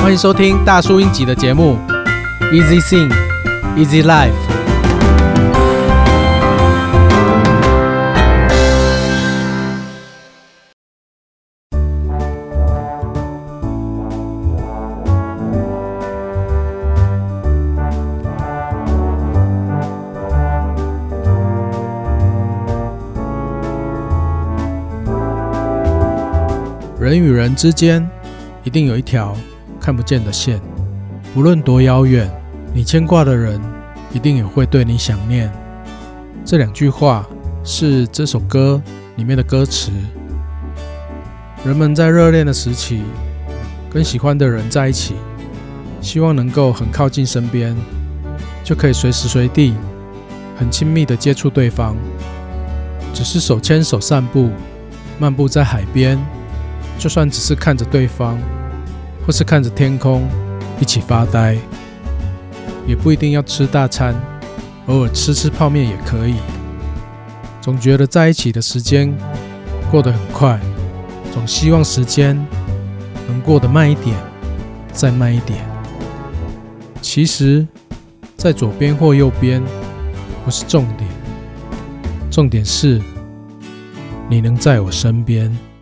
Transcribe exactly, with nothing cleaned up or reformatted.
欢迎收听大叔英集的节目 Easy Sing Easy Life。 人与人之间一定有一条看不见的线，无论多遥远，你牵挂的人一定也会对你想念。这两句话是这首歌里面的歌词。人们在热恋的时期跟喜欢的人在一起，希望能够很靠近身边，就可以随时随地很亲密的接触对方。只是手牵手散步，漫步在海边，就算只是看着对方，或是看着天空一起发呆，也不一定要吃大餐，偶尔吃吃泡面也可以。总觉得在一起的时间过得很快，总希望时间能过得慢一点，再慢一点。其实在左边或右边不是重点，重点是你能在我身边。